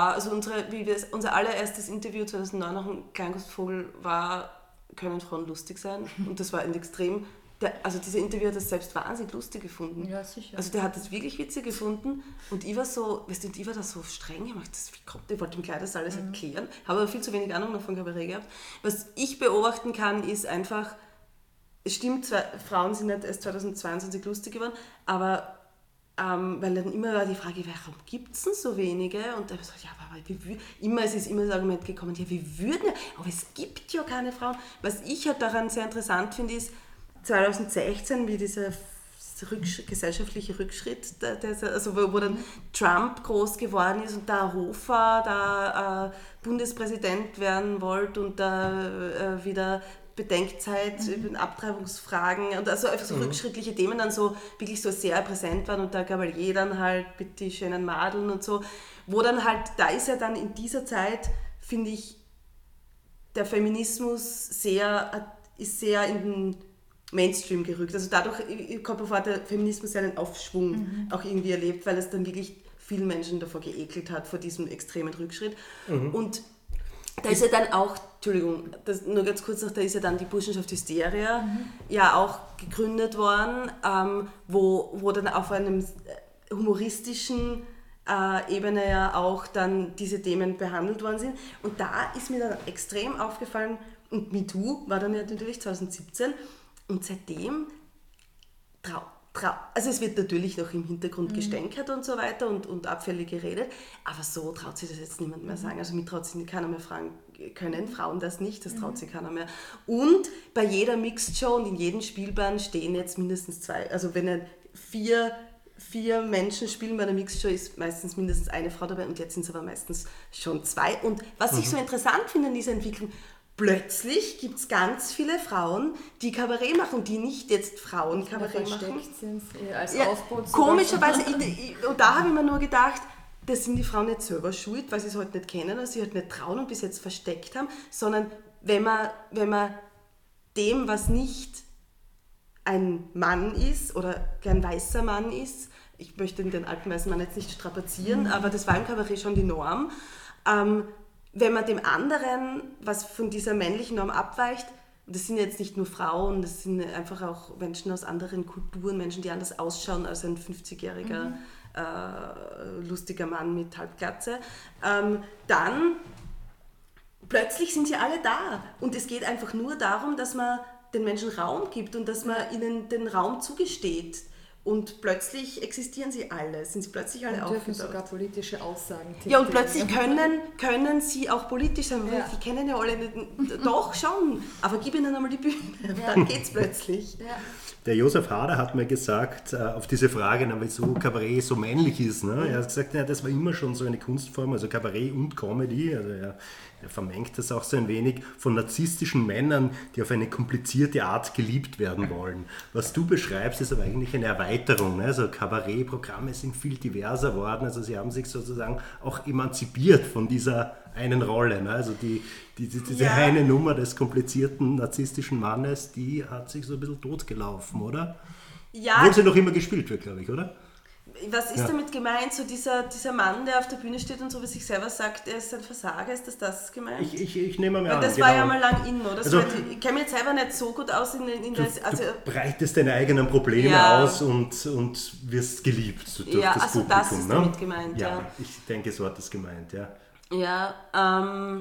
unser allererstes Interview 2009 nach dem Kleinkunstvogel war, können Frauen lustig sein? Und das war ein extrem... dieser Interview hat das selbst wahnsinnig lustig gefunden. Ja, sicher. Also der hat das wirklich witzig gefunden und ich war da so streng, ich wollte ihm gleich das alles erklären, habe aber viel zu wenig Ahnung noch von Kabarett gehabt. Was ich beobachten kann, ist einfach, es stimmt, Frauen sind nicht erst 2022 lustig geworden, aber weil dann immer war die Frage, warum gibt es denn so wenige? Und dann habe ich gesagt, aber es ist immer das Argument gekommen, aber es gibt ja keine Frauen. Was ich halt daran sehr interessant finde, ist, 2016, wie dieser gesellschaftliche Rückschritt, wo dann Trump groß geworden ist und da Hofer Bundespräsident werden wollte und da wieder Bedenkzeit über Abtreibungsfragen und also einfach so rückschrittliche Themen dann so wirklich so sehr präsent waren und da Gabalier dann halt mit die schönen Madeln und so, wo dann halt, da ist ja dann in dieser Zeit, finde ich, der Feminismus ist sehr in den Mainstream gerückt. Also dadurch kommt mir vor, der Feminismus ja einen Aufschwung auch irgendwie erlebt, weil es dann wirklich vielen Menschen davor geekelt hat, vor diesem extremen Rückschritt. Und da ist ja dann auch, nur ganz kurz noch, da ist ja dann die Burschenschaft Hysteria ja auch gegründet worden, wo dann auf einem humoristischen Ebene ja auch dann diese Themen behandelt worden sind. Und da ist mir dann extrem aufgefallen, und MeToo war dann ja natürlich 2017, und seitdem also es wird natürlich noch im Hintergrund gestänkert und so weiter und abfällig geredet, aber so traut sich das jetzt niemand mehr sagen. Also mich traut sich keiner mehr fragen, können Frauen das nicht? Das traut sich keiner mehr. Und bei jeder Mixed Show und in jedem Spielplan stehen jetzt mindestens 2, also wenn 4 Menschen spielen bei einer Mixed Show, ist meistens mindestens eine Frau dabei und jetzt sind es aber meistens schon 2. Und was ich so interessant finde in dieser Entwicklung, plötzlich gibt es ganz viele Frauen, die Kabarett machen, die nicht jetzt Frauenkabarett machen. Sind als Aufbauungsprogramm. Komischerweise, und da habe ich mir nur gedacht, das sind die Frauen nicht selber schuld, weil sie es halt nicht kennen oder sie halt nicht trauen und bis jetzt versteckt haben, sondern wenn man dem, was nicht ein Mann ist oder ein weißer Mann ist, ich möchte den alten weißen Mann jetzt nicht strapazieren, aber das war im Kabarett schon die Norm, wenn man dem anderen, was von dieser männlichen Norm abweicht, das sind jetzt nicht nur Frauen, das sind einfach auch Menschen aus anderen Kulturen, Menschen, die anders ausschauen als ein 50-jähriger lustiger Mann mit Halbglatze, dann plötzlich sind sie alle da. Und es geht einfach nur darum, dass man den Menschen Raum gibt und dass man ihnen den Raum zugesteht. Und plötzlich existieren sie alle, sind sie plötzlich alle aufgetaucht. Und dürfen sogar politische Aussagen tätigen. Ja, und plötzlich können sie auch politisch sein. Ja. Die kennen ja alle nicht. Doch, schon. Aber gib ihnen einmal die Bühne. Ja. Dann geht's plötzlich. Ja. Der Josef Hader hat mir gesagt, auf diese Frage, wieso Kabarett so männlich ist. Ne? Er hat gesagt, ja, das war immer schon so eine Kunstform, also Kabarett und Comedy. Also er vermengt das auch so ein wenig von narzisstischen Männern, die auf eine komplizierte Art geliebt werden wollen. Was du beschreibst, ist aber eigentlich eine Erweiterung. Ne? Also Kabarettprogramme sind viel diverser worden. Also sie haben sich sozusagen auch emanzipiert von dieser einen Rolle. Ne? Also diese eine Nummer des komplizierten narzisstischen Mannes, die hat sich so ein bisschen totgelaufen, oder? Ja. Obwohl sie noch immer gespielt wird, glaube ich, oder? Was ist damit gemeint? So dieser Mann, der auf der Bühne steht und so wie sich selber sagt, er ist ein Versager, ist das gemeint? Ich nehme mal an. Das war ja mal lang in, oder? Also, ich kenne mich jetzt selber nicht so gut aus in das. Also, du breitest deine eigenen Probleme aus und wirst geliebt durch das also Publikum. Das ist damit gemeint, ja. Ich denke, so hat das gemeint, ja. Ja,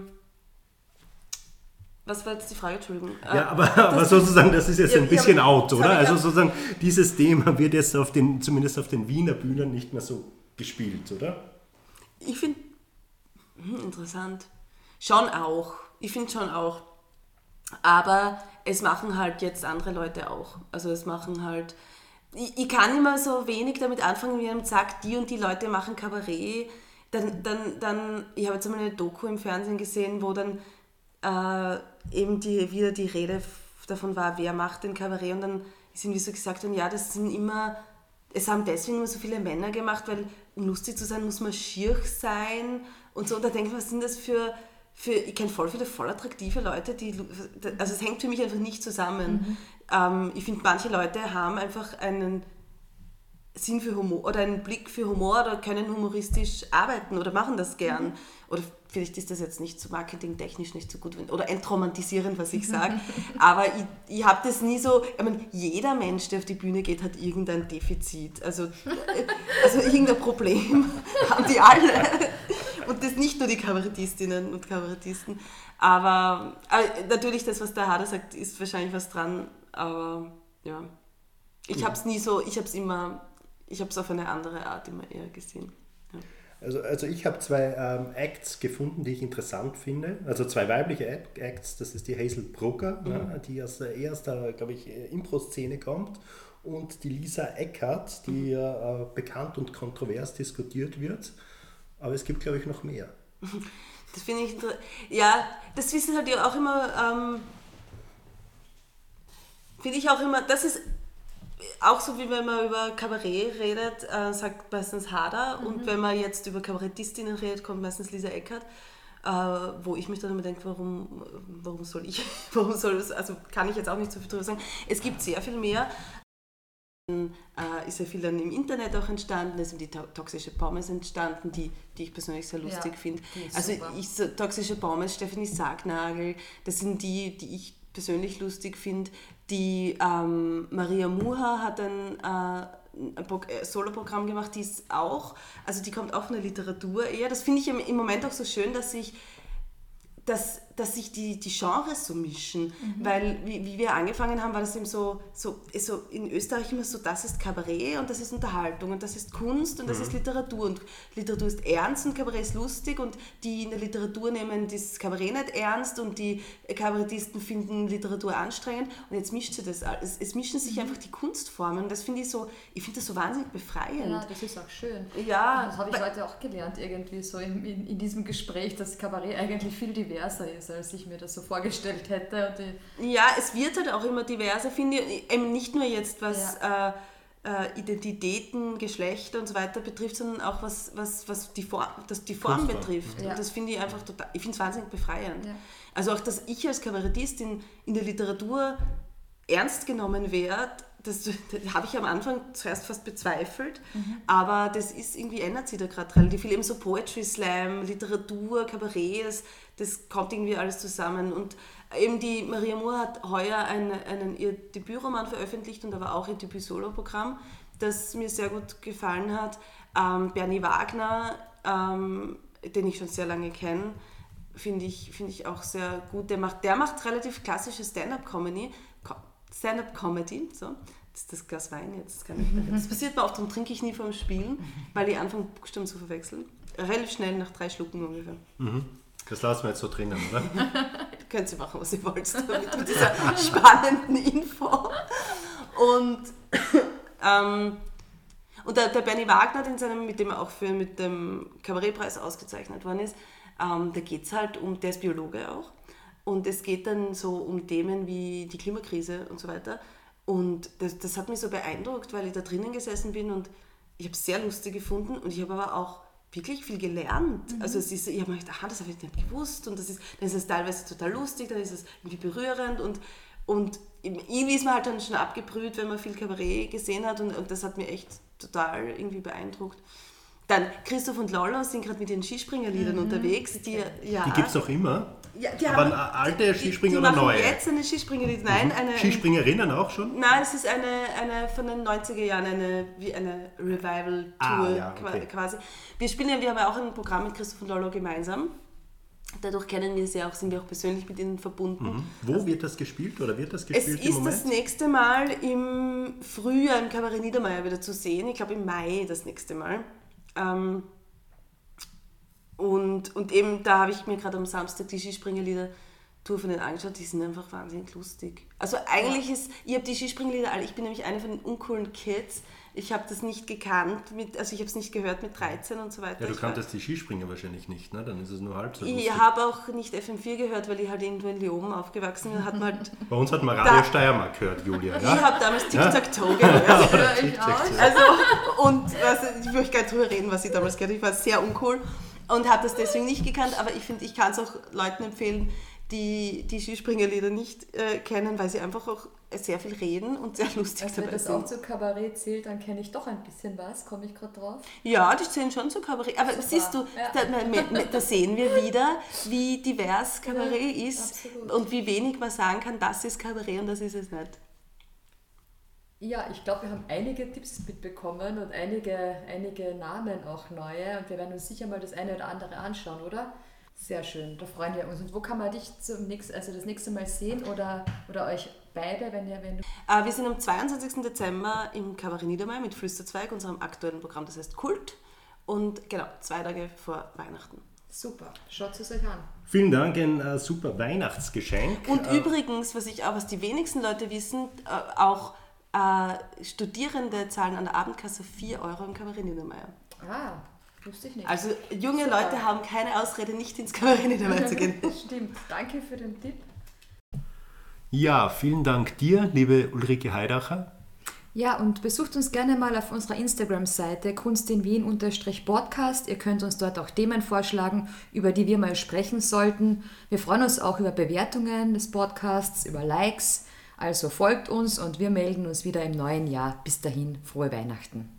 was war jetzt die Frage? Entschuldigung. Ja, aber sozusagen, das ist jetzt ein bisschen out, oder? Also sozusagen, dieses Thema wird jetzt zumindest auf den Wiener Bühnen nicht mehr so gespielt, oder? Ich finde, interessant. Schon auch. Ich finde schon auch. Aber es machen halt jetzt andere Leute auch. Also es machen halt... Ich kann immer so wenig damit anfangen, wie man sagt, die und die Leute machen Kabarett. Dann ich habe jetzt einmal eine Doku im Fernsehen gesehen, wo dann eben wieder die Rede davon war, wer macht den Kabarett, und dann ist irgendwie so gesagt worden, ja, es haben deswegen nur so viele Männer gemacht, weil um lustig zu sein, muss man schier sein und so. Und da denke ich, was sind das für ich kenne voll viele voll attraktive Leute, also es hängt für mich einfach nicht zusammen. Ich finde, manche Leute haben einfach einen Sinn für Humor oder einen Blick für Humor oder können humoristisch arbeiten oder machen das gern. Oder vielleicht ist das jetzt nicht so marketingtechnisch nicht so gut oder entromantisierend, was ich sage. Aber ich habe das nie so, ich meine, jeder Mensch, der auf die Bühne geht, hat irgendein Defizit. Also irgendein Problem haben die alle. Und das nicht nur die Kabarettistinnen und Kabarettisten. Aber natürlich, das, was der Hader sagt, ist wahrscheinlich was dran. Aber ja, ich habe es auf eine andere Art immer eher gesehen. Ja. Also ich habe zwei Acts gefunden, die ich interessant finde. Also zwei weibliche Acts, das ist die Hazel Brugger, die eher aus der, glaube ich, Impro-Szene kommt, und die Lisa Eckert, die bekannt und kontrovers diskutiert wird. Aber es gibt, glaube ich, noch mehr. Das finde ich interessant. Ja, das wissen halt ja auch immer, finde ich auch immer, das ist auch so, wie wenn man über Kabarett redet, sagt meistens Hader, und wenn man jetzt über Kabarettistinnen redet, kommt meistens Lisa Eckert, wo ich mich dann immer denke, warum soll das, also kann ich jetzt auch nicht so viel drüber sagen. Es gibt sehr viel mehr. Ist ja viel dann im Internet auch entstanden, es sind die toxische Pommes entstanden, die ich persönlich sehr lustig finde. Also toxische Pommes, Stephanie Sargnagel, das sind die ich persönlich lustig finde. Die Maria Muha hat ein Soloprogramm gemacht, die kommt auch von der Literatur eher. Das finde ich im Moment auch so schön, dass sich die Genres so mischen, weil wie wir angefangen haben, war das eben so in Österreich immer so, das ist Kabarett und das ist Unterhaltung und das ist Kunst und das ist Literatur, und Literatur ist ernst und Kabarett ist lustig, und die in der Literatur nehmen das Kabarett nicht ernst und die Kabarettisten finden Literatur anstrengend, und jetzt mischt sich das alles. Es mischen sich einfach die Kunstformen, und das finde ich finde das so wahnsinnig befreiend. Ja, das ist auch schön. Ja, das habe ich heute auch gelernt, irgendwie so in diesem Gespräch, dass Kabarett eigentlich viel diverser ist, als ich mir das so vorgestellt hätte. Ja, es wird halt auch immer diverser, finde ich. Eben nicht nur jetzt, was Identitäten, Geschlechter und so weiter betrifft, sondern auch was die Form betrifft. Ja. Und das finde ich einfach total, ich finde es wahnsinnig befreiend. Ja. Also auch, dass ich als Kabarettistin in der Literatur ernst genommen werde, das habe ich am Anfang zuerst fast bezweifelt, aber das ist irgendwie, ändert sich da gerade relativ viel, eben so Poetry Slam, Literatur, Kabarett, das kommt irgendwie alles zusammen. Und eben die Maria Moore hat heuer ihr Debütroman veröffentlicht und aber auch ihr Debüt-Solo-Programm, das mir sehr gut gefallen hat. Bernie Wagner, den ich schon sehr lange kenne, finde ich auch sehr gut. Der macht relativ klassische Stand-up-Comedy, so. Das ist das Glas Wein jetzt. Das passiert mir oft, darum trinke ich nie vor dem Spielen, weil ich anfange, Buchstaben zu verwechseln. Relativ schnell, nach 3 Schlucken ungefähr. Das lassen wir jetzt so drinnen, oder? Könnt ihr machen, was ihr wollt, mit dieser spannenden Info. Und der Bernie Wagner, mit dem er auch mit dem Kabarettpreis ausgezeichnet worden ist, da geht es halt der ist Biologe auch. Und es geht dann so um Themen wie die Klimakrise und so weiter. Und das hat mich so beeindruckt, weil ich da drinnen gesessen bin und ich habe es sehr lustig gefunden und ich habe aber auch wirklich viel gelernt. Also ich habe mir gedacht, das habe ich nicht gewusst und dann ist es teilweise total lustig, dann ist es irgendwie berührend und irgendwie ist man halt dann schon abgebrüht, wenn man viel Kabarett gesehen hat und das hat mich echt total irgendwie beeindruckt. Dann Christoph und Lollo sind gerade mit den Skispringerliedern unterwegs. Die gibt es auch immer? Ja, aber alte Skispringer oder neue? Die machen jetzt eine Skispringerlied. Nein, Skispringerinnen auch schon? Nein, es ist eine von den 90er Jahren, eine Revival-Tour quasi. Wir haben ja auch ein Programm mit Christoph und Lollo gemeinsam. Dadurch kennen wir sie auch, sind wir auch persönlich mit ihnen verbunden. Wo wird das gespielt oder wird das gespielt im Moment? Es ist das nächste Mal im Frühjahr im Kabarett Niedermeyer wieder zu sehen. Ich glaube im Mai das nächste Mal. Und eben da habe ich mir gerade am Samstag die Skispringerlieder-Tour von denen angeschaut, die sind einfach wahnsinnig lustig. Also eigentlich ich habe die Skispringerlieder alle, ich bin nämlich eine von den uncoolen Kids, ich habe das nicht gekannt, ich habe es nicht gehört mit 13 und so weiter. Ja, du kanntest die Skispringer wahrscheinlich nicht, ne? Dann ist es nur halb so lustig. Ich habe auch nicht FM4 gehört, weil ich halt irgendwo in Leoben aufgewachsen bin. Bei uns hat man Radio Steiermark gehört, Julia. Ich habe damals Tic-Tac-Toe gehört. Ich möchte gar nicht drüber reden, was ich damals gehört habe. Ich war sehr uncool und habe das deswegen nicht gekannt, aber ich finde, ich kann es auch Leuten empfehlen, die Skispringerlieder nicht kennen, weil sie einfach auch sehr viel reden und sehr lustig dabei sind. Wenn das auch zu Kabarett zählt, dann kenne ich doch ein bisschen was, komme ich gerade drauf. Ja, die zählen schon zu Kabarett, aber siehst du, da sehen wir wieder, wie divers Kabarett ist und wie wenig man sagen kann, das ist Kabarett und das ist es nicht. Ja, ich glaube, wir haben einige Tipps mitbekommen und einige Namen auch neue und wir werden uns sicher mal das eine oder andere anschauen, oder? Sehr schön, da freuen wir uns. Und wo kann man dich das nächste Mal sehen oder euch beide, wenn du... Wir sind am 22. Dezember im Kabarett Niedermeyer mit Flüsterzweig, unserem aktuellen Programm, das heißt Kult. Und genau, 2 Tage vor Weihnachten. Super, schaut es euch an. Vielen Dank, ein super Weihnachtsgeschenk. Und übrigens, was die wenigsten Leute wissen, auch Studierende zahlen an der Abendkasse 4 € im Kabarett Niedermeyer. Wusste ich nicht. Also junge Leute haben keine Ausrede, nicht ins Kabarett Niedermeyer zu gehen. Stimmt, danke für den Tipp. Ja, vielen Dank dir, liebe Ulrike Heidacher. Ja, und besucht uns gerne mal auf unserer Instagram-Seite kunstinwien_podcast. Ihr könnt uns dort auch Themen vorschlagen, über die wir mal sprechen sollten. Wir freuen uns auch über Bewertungen des Podcasts, über Likes. Also folgt uns und wir melden uns wieder im neuen Jahr. Bis dahin, frohe Weihnachten.